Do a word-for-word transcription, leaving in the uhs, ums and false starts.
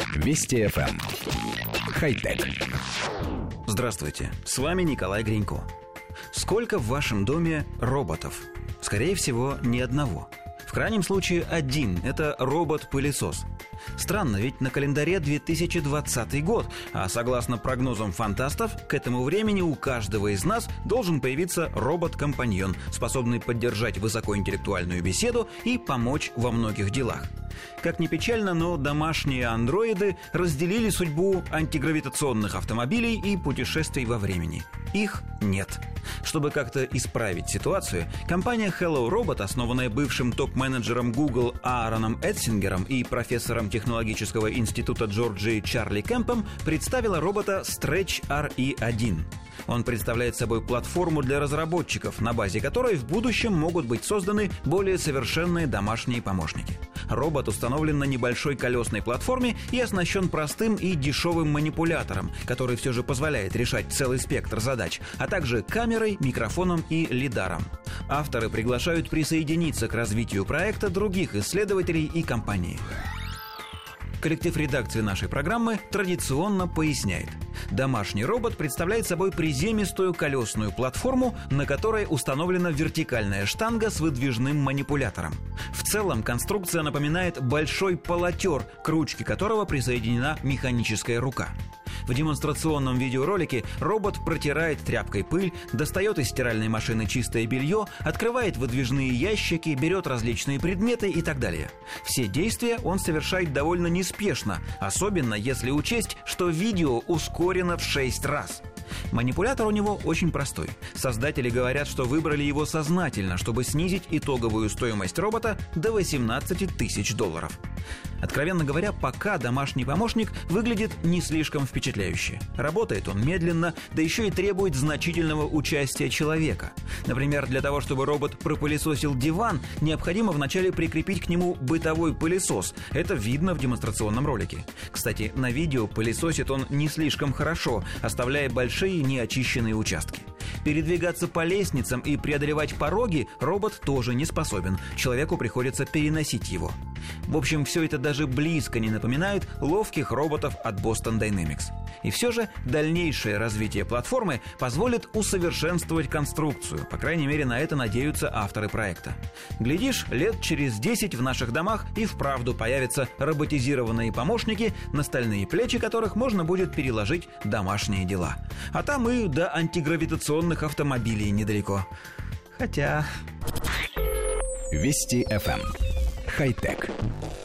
Вести эф эм. Хай-тек. Здравствуйте, с вами Николай Гринько. Сколько в вашем доме роботов? Скорее всего, ни одного. В крайнем случае, один – это робот-пылесос. Странно, ведь на календаре две тысячи двадцатый год, а согласно прогнозам фантастов, к этому времени у каждого из нас должен появиться робот-компаньон, способный поддержать высокоинтеллектуальную беседу и помочь во многих делах. Как ни печально, но домашние андроиды разделили судьбу антигравитационных автомобилей и путешествий во времени. Их нет. Чтобы как-то исправить ситуацию, компания Hello Robot, основанная бывшим топ-менеджером Google Аароном Этсингером и профессором технологического института Джорджии Чарли Кэмпом, представила робота Stretch ар и один. Он представляет собой платформу для разработчиков, на базе которой в будущем могут быть созданы более совершенные домашние помощники. Робот установлен на небольшой колесной платформе и оснащен простым и дешевым манипулятором, который все же позволяет решать целый спектр задач, а также камерой, микрофоном и лидаром. Авторы приглашают присоединиться к развитию проекта других исследователей и компаний. Коллектив редакции нашей программы традиционно поясняет. Домашний робот представляет собой приземистую колесную платформу, на которой установлена вертикальная штанга с выдвижным манипулятором. В целом конструкция напоминает большой полотер, к ручке которого присоединена механическая рука. В демонстрационном видеоролике робот протирает тряпкой пыль, достает из стиральной машины чистое белье, открывает выдвижные ящики, берет различные предметы и так далее. Все действия он совершает довольно неспешно, особенно если учесть, что видео ускорено в шесть раз. Манипулятор у него очень простой. Создатели говорят, что выбрали его сознательно, чтобы снизить итоговую стоимость робота до восемнадцать тысяч долларов. Откровенно говоря, пока домашний помощник выглядит не слишком впечатляюще. Работает он медленно, да еще и требует значительного участия человека. Например, для того, чтобы робот пропылесосил диван, необходимо вначале прикрепить к нему бытовой пылесос. Это видно в демонстрационном ролике. Кстати, на видео пылесосит он не слишком хорошо, оставляя большие неочищенные участки. Передвигаться по лестницам и преодолевать пороги робот тоже не способен. Человеку приходится переносить его. В общем, все это даже близко не напоминает ловких роботов от Boston Dynamics. И все же дальнейшее развитие платформы позволит усовершенствовать конструкцию. По крайней мере, на это надеются авторы проекта. Глядишь, лет через десять в наших домах и вправду появятся роботизированные помощники, на стальные плечи которых можно будет переложить домашние дела. А там и до антигравитационных автомобилей недалеко. Хотя... Вести эф эм. Хай-тек.